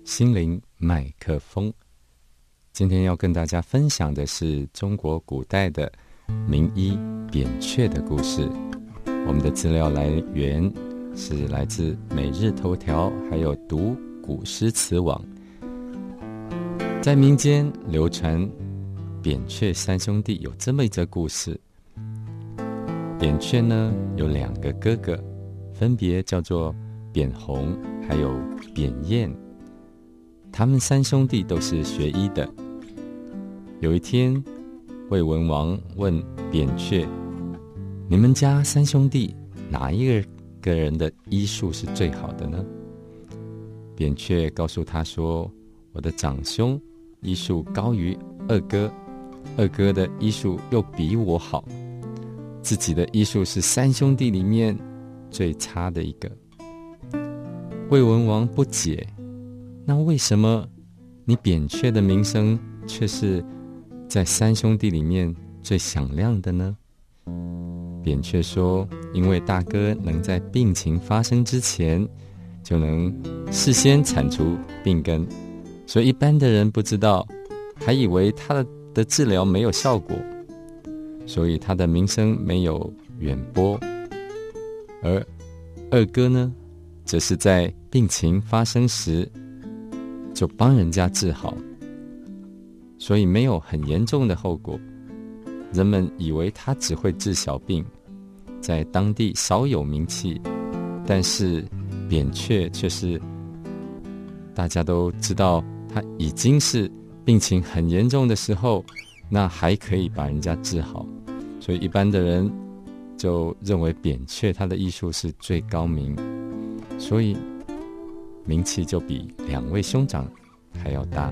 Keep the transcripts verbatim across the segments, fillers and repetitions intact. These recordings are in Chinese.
心灵麦克风。今天要跟大家分享的是中国古代的名医扁鹊的故事。我们的资料来源是来自每日头条，还有读古诗词网。在民间流传扁鹊三兄弟有这么一则故事。扁鹊呢有两个哥哥，分别叫做扁红还有扁晏。他们三兄弟都是学医的。有一天，魏文王问扁鹊：你们家三兄弟哪一个个人的医术是最好的呢？扁鹊告诉他说：我的长兄医术高于二哥，二哥的医术又比我好，自己的医术是三兄弟里面最差的一个。魏文王不解，那为什么你扁鹊的名声却是在三兄弟里面最响亮的呢？扁鹊说：因为大哥能在病情发生之前就能事先铲除病根，所以一般的人不知道，还以为他的的治疗没有效果，所以他的名声没有远播。而二哥呢，则是在病情发生时就帮人家治好，所以没有很严重的后果。人们以为他只会治小病，在当地少有名气，但是扁鹊却是大家都知道他已经是病情很严重的时候，那还可以把人家治好，所以一般的人就认为扁鹊他的医术是最高明，所以名气就比两位兄长还要大。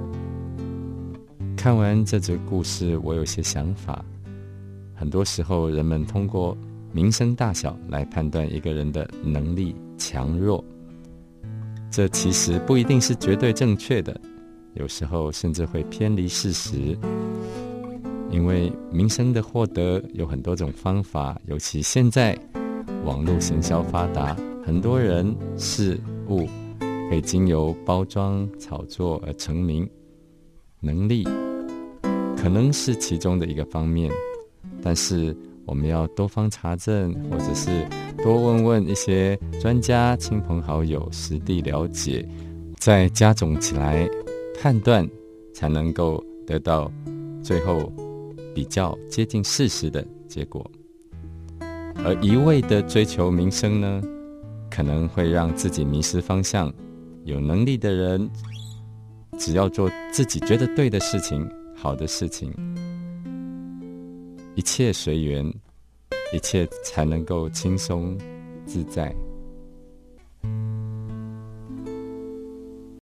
看完这则故事，我有些想法。很多时候人们通过名声大小来判断一个人的能力强弱，这其实不一定是绝对正确的，有时候甚至会偏离事实。因为名声的获得有很多种方法，尤其现在网络行销发达，很多人事物可以经由包装炒作而成名。能力可能是其中的一个方面，但是我们要多方查证，或者是多问问一些专家、亲朋好友，实地了解，再加总起来判断，才能够得到最后比较接近事实的结果。而一味的追求名声呢，可能会让自己迷失方向。有能力的人只要做自己觉得对的事情，好的事情，一切随缘，一切才能够轻松自在。